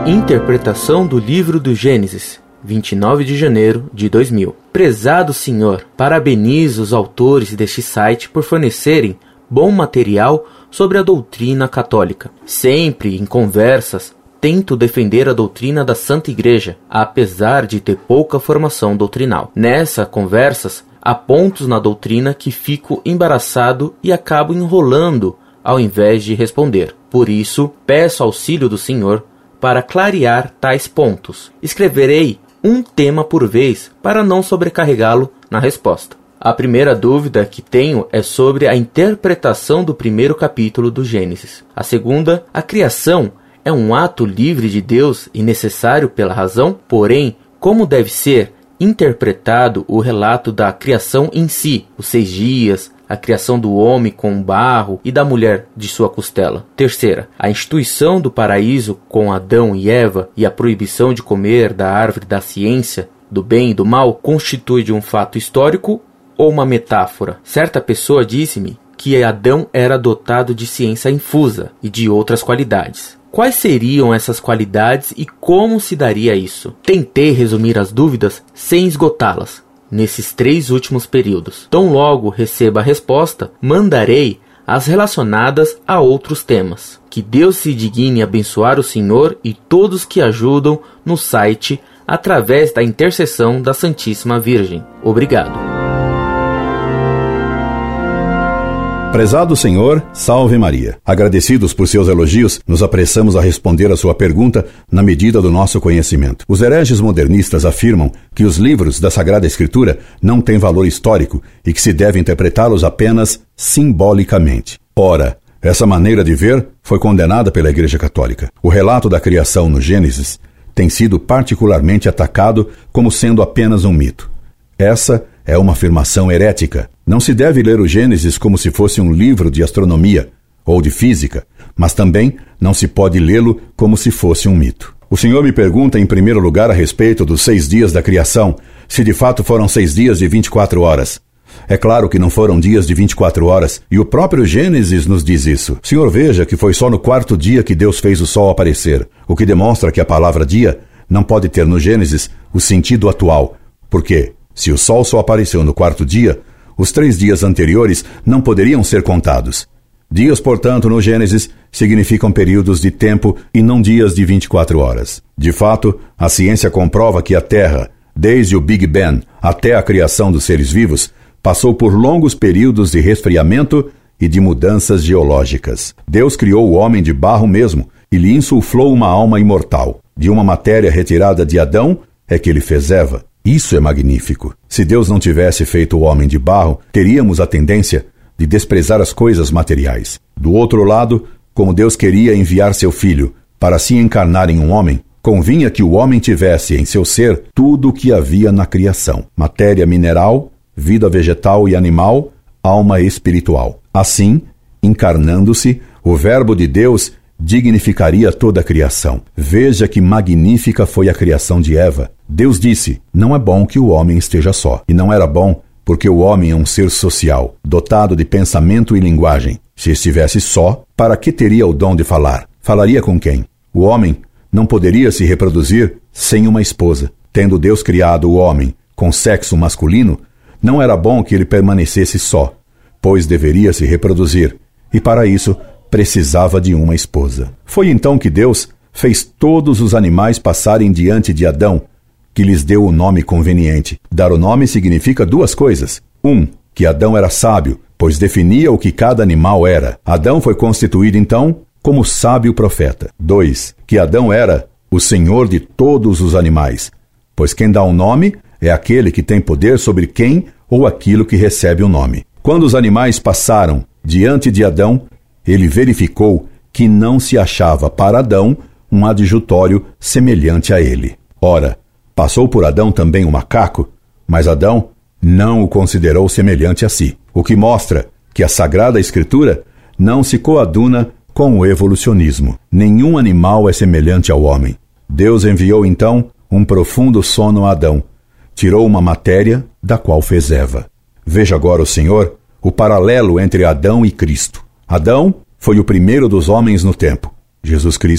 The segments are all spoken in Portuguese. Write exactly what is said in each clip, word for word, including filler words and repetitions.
Interpretação do livro do Gênesis, vinte e nove de janeiro de dois mil. Prezado senhor, parabenizo os autores deste site por fornecerem bom material sobre a doutrina católica. Sempre em conversas, tento defender a doutrina da Santa Igreja, apesar de ter pouca formação doutrinal. Nessas conversas, há pontos na doutrina que fico embaraçado e acabo enrolando ao invés de responder. Por isso, peço auxílio do senhor para clarear tais pontos. Escreverei um tema por vez para não sobrecarregá-lo na resposta. A primeira dúvida que tenho é sobre a interpretação do primeiro capítulo do Gênesis. A segunda, a criação é um ato livre de Deus e necessário pela razão? Porém, como deve ser interpretado o relato da criação em si, os seis dias, a criação do homem com barro e da mulher de sua costela? Terceira, a instituição do paraíso com Adão e Eva e a proibição de comer da árvore da ciência, do bem e do mal, constitui de um fato histórico ou uma metáfora? Certa pessoa disse-me que Adão era dotado de ciência infusa e de outras qualidades. Quais seriam essas qualidades e como se daria isso? Tentei resumir as dúvidas sem esgotá-las nesses três últimos períodos. Tão logo receba a resposta, mandarei as relacionadas a outros temas. Que Deus se digne abençoar o senhor e todos que ajudam no site através da intercessão da Santíssima Virgem. Obrigado. Prezado Senhor, salve Maria. Agradecidos por seus elogios, nos apressamos a responder a sua pergunta na medida do nosso conhecimento. Os hereges modernistas afirmam que os livros da Sagrada Escritura não têm valor histórico e que se deve interpretá-los apenas simbolicamente. Ora, essa maneira de ver foi condenada pela Igreja Católica. O relato da criação no Gênesis tem sido particularmente atacado como sendo apenas um mito. Essa é uma afirmação herética. Não se deve ler o Gênesis como se fosse um livro de astronomia ou de física, mas também não se pode lê-lo como se fosse um mito. O Senhor me pergunta em primeiro lugar a respeito dos seis dias da criação, se de fato foram seis dias de vinte e quatro horas. É claro que não foram dias de vinte e quatro horas, e o próprio Gênesis nos diz isso. O Senhor veja que foi só no quarto dia que Deus fez o sol aparecer, o que demonstra que a palavra dia não pode ter no Gênesis o sentido atual. Por quê? Se o sol só apareceu no quarto dia, os três dias anteriores não poderiam ser contados. Dias, portanto, no Gênesis, significam períodos de tempo e não dias de vinte e quatro horas. De fato, a ciência comprova que a Terra, desde o Big Bang até a criação dos seres vivos, passou por longos períodos de resfriamento e de mudanças geológicas. Deus criou o homem de barro mesmo e lhe insuflou uma alma imortal. De uma matéria retirada de Adão é que ele fez Eva. Isso é magnífico. Se Deus não tivesse feito o homem de barro, teríamos a tendência de desprezar as coisas materiais. Do outro lado, como Deus queria enviar seu Filho para se encarnar em um homem, convinha que o homem tivesse em seu ser tudo o que havia na criação: matéria mineral, vida vegetal e animal, alma espiritual. Assim, encarnando-se, o Verbo de Deus dignificaria toda a criação. Veja que magnífica foi a criação de Eva. Deus disse: não é bom que o homem esteja só. E não era bom, porque o homem é um ser social, dotado de pensamento e linguagem. Se estivesse só, para que teria o dom de falar? Falaria com quem? O homem não poderia se reproduzir sem uma esposa. Tendo Deus criado o homem com sexo masculino, não era bom que ele permanecesse só, pois deveria se reproduzir, e para isso precisava de uma esposa. Foi então que Deus fez todos os animais passarem diante de Adão, que lhes deu o nome conveniente. Dar o nome significa duas coisas. Um, que Adão era sábio, pois definia o que cada animal era. Adão foi constituído então como sábio profeta. Dois, que Adão era o senhor de todos os animais, pois quem dá um nome é aquele que tem poder sobre quem ou aquilo que recebe o nome. Quando os animais passaram diante de Adão, ele verificou que não se achava para Adão um adjutório semelhante a ele. Ora, passou por Adão também o macaco, mas Adão não o considerou semelhante a si, o que mostra que a Sagrada Escritura não se coaduna com o evolucionismo. Nenhum animal é semelhante ao homem. Deus enviou então um profundo sono a Adão, tirou uma matéria da qual fez Eva. Veja agora o Senhor o paralelo entre Adão e Cristo. Adão foi o primeiro dos homens no tempo. Jesus Cristo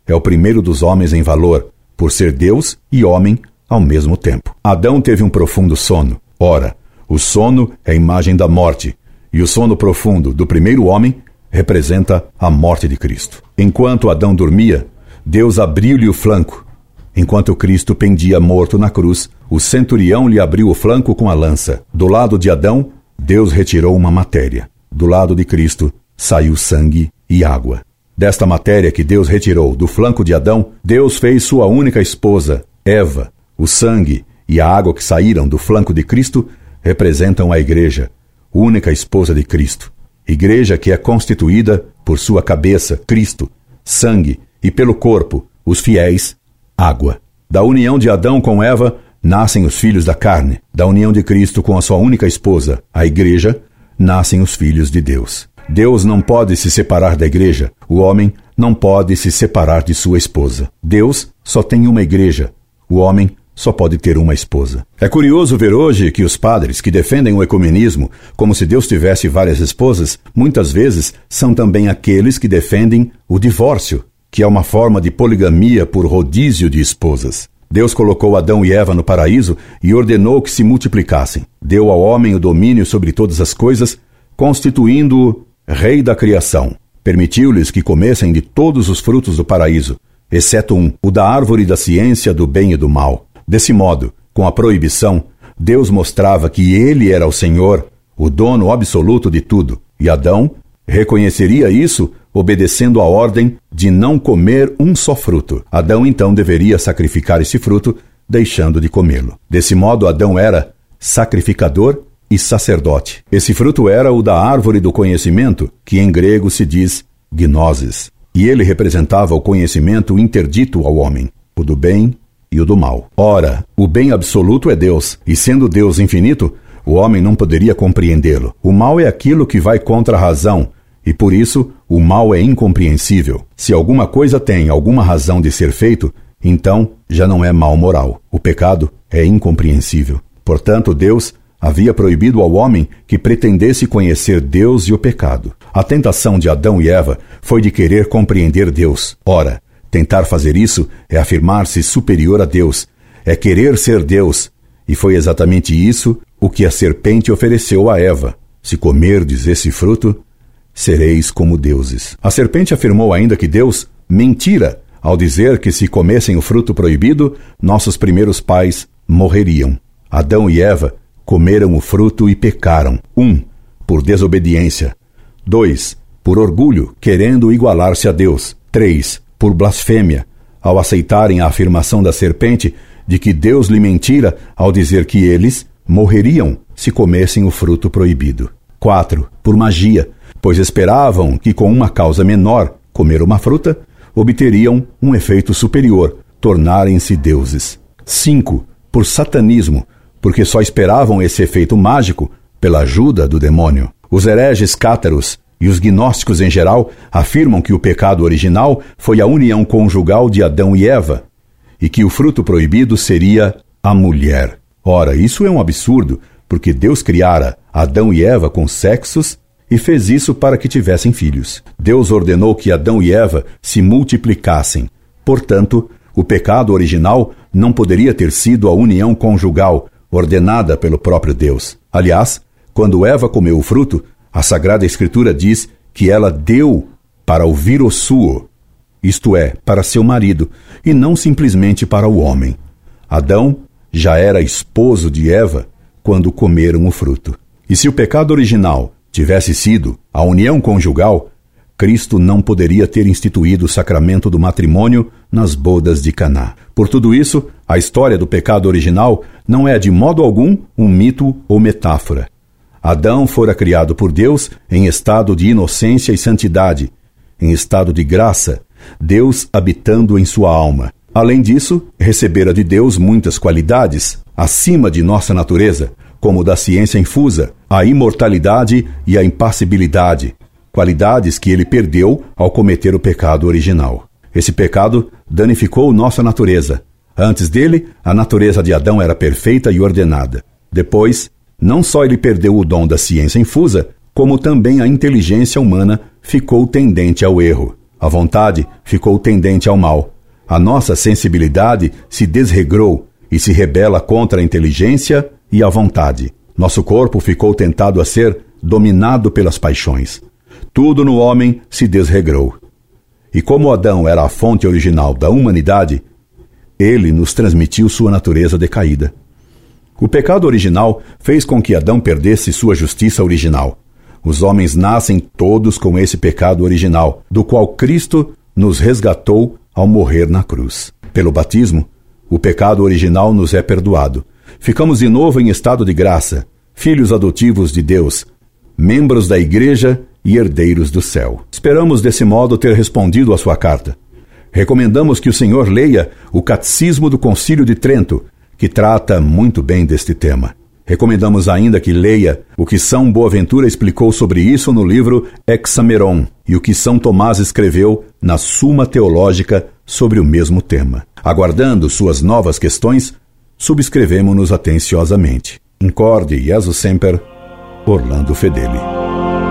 é o primeiro dos homens em valor, por ser Deus e homem ao mesmo tempo. Adão teve um profundo sono. Ora, o sono é a imagem da morte, e o sono profundo do primeiro homem representa a morte de Cristo. Enquanto Adão dormia, Deus abriu-lhe o flanco. Enquanto Cristo pendia morto na cruz, o centurião lhe abriu o flanco com a lança. Do lado de Adão, Deus retirou uma matéria. Do lado de Cristo, saiu sangue e água. Desta matéria que Deus retirou do flanco de Adão, Deus fez sua única esposa, Eva. O sangue e a água que saíram do flanco de Cristo representam a igreja, única esposa de Cristo. Igreja que é constituída por sua cabeça, Cristo, sangue, e pelo corpo, os fiéis, água. Da união de Adão com Eva, nascem os filhos da carne. Da união de Cristo com a sua única esposa, a igreja, nascem os filhos de Deus. Deus não pode se separar da igreja. O homem não pode se separar de sua esposa. Deus só tem uma igreja. O homem só pode ter uma esposa. É curioso ver hoje que os padres que defendem o ecumenismo como se Deus tivesse várias esposas, muitas vezes são também aqueles que defendem o divórcio, que é uma forma de poligamia por rodízio de esposas. Deus colocou Adão e Eva no paraíso e ordenou que se multiplicassem. Deu ao homem o domínio sobre todas as coisas, constituindo-o rei da criação. Permitiu-lhes que comessem de todos os frutos do paraíso, exceto um, o da árvore da ciência do bem e do mal. Desse modo, com a proibição, Deus mostrava que ele era o Senhor, o dono absoluto de tudo, e Adão reconheceria isso obedecendo a ordem de não comer um só fruto. Adão então deveria sacrificar esse fruto, deixando de comê-lo. Desse modo, Adão era sacrificador e sacerdote. Esse fruto era o da árvore do conhecimento, que em grego se diz gnosis, e ele representava o conhecimento interdito ao homem, o do bem e o do mal. Ora, o bem absoluto é Deus, e sendo Deus infinito, o homem não poderia compreendê-lo. O mal é aquilo que vai contra a razão, e por isso o mal é incompreensível. Se alguma coisa tem alguma razão de ser feito, então já não é mal moral. O pecado é incompreensível. Portanto, Deus havia proibido ao homem que pretendesse conhecer Deus e o pecado. A tentação de Adão e Eva foi de querer compreender Deus. Ora, tentar fazer isso é afirmar-se superior a Deus, é querer ser Deus. E foi exatamente isso o que a serpente ofereceu a Eva. Se comerdes esse fruto, sereis como deuses. A serpente afirmou ainda que Deus mentira ao dizer que se comessem o fruto proibido, nossos primeiros pais morreriam. Adão e Eva comeram o fruto e pecaram. Um, por desobediência. Dois, por orgulho, querendo igualar-se a Deus. Três, por blasfêmia, ao aceitarem a afirmação da serpente de que Deus lhe mentira ao dizer que eles morreriam se comessem o fruto proibido. Quatro, por magia, pois esperavam que com uma causa menor, comer uma fruta, obteriam um efeito superior, tornarem-se deuses. Cinco, por satanismo, porque só esperavam esse efeito mágico pela ajuda do demônio. Os hereges cátaros e os gnósticos em geral afirmam que o pecado original foi a união conjugal de Adão e Eva, e que o fruto proibido seria a mulher. Ora, isso é um absurdo, porque Deus criara Adão e Eva com sexos e fez isso para que tivessem filhos. Deus ordenou que Adão e Eva se multiplicassem. Portanto, o pecado original não poderia ter sido a união conjugal ordenada pelo próprio Deus. Aliás, quando Eva comeu o fruto, a Sagrada Escritura diz que ela deu para o virossuo, isto é, para seu marido, e não simplesmente para o homem. Adão já era esposo de Eva quando comeram o fruto. E se o pecado original tivesse sido a união conjugal, Cristo não poderia ter instituído o sacramento do matrimônio nas bodas de Caná. Por tudo isso, a história do pecado original não é de modo algum um mito ou metáfora. Adão fora criado por Deus em estado de inocência e santidade, em estado de graça, Deus habitando em sua alma. Além disso, recebera de Deus muitas qualidades, acima de nossa natureza, como da ciência infusa, a imortalidade e a impassibilidade, qualidades que ele perdeu ao cometer o pecado original. Esse pecado danificou nossa natureza. Antes dele, a natureza de Adão era perfeita e ordenada. Depois, não só ele perdeu o dom da ciência infusa, como também a inteligência humana ficou tendente ao erro. A vontade ficou tendente ao mal. A nossa sensibilidade se desregrou e se rebela contra a inteligência e a vontade. Nosso corpo ficou tentado a ser dominado pelas paixões. Tudo no homem se desregrou. E como Adão era a fonte original da humanidade, ele nos transmitiu sua natureza decaída. O pecado original fez com que Adão perdesse sua justiça original. Os homens nascem todos com esse pecado original, do qual Cristo nos resgatou ao morrer na cruz. Pelo batismo, o pecado original nos é perdoado. Ficamos de novo em estado de graça, filhos adotivos de Deus, membros da Igreja e herdeiros do céu. Esperamos desse modo ter respondido à sua carta. Recomendamos que o senhor leia o Catecismo do Concílio de Trento, que trata muito bem deste tema. Recomendamos ainda que leia o que São Boaventura explicou sobre isso no livro Hexameron e o que São Tomás escreveu na Suma Teológica sobre o mesmo tema. Aguardando suas novas questões, subscrevemo-nos atenciosamente. Incorde Jesus Semper, Orlando Fedeli.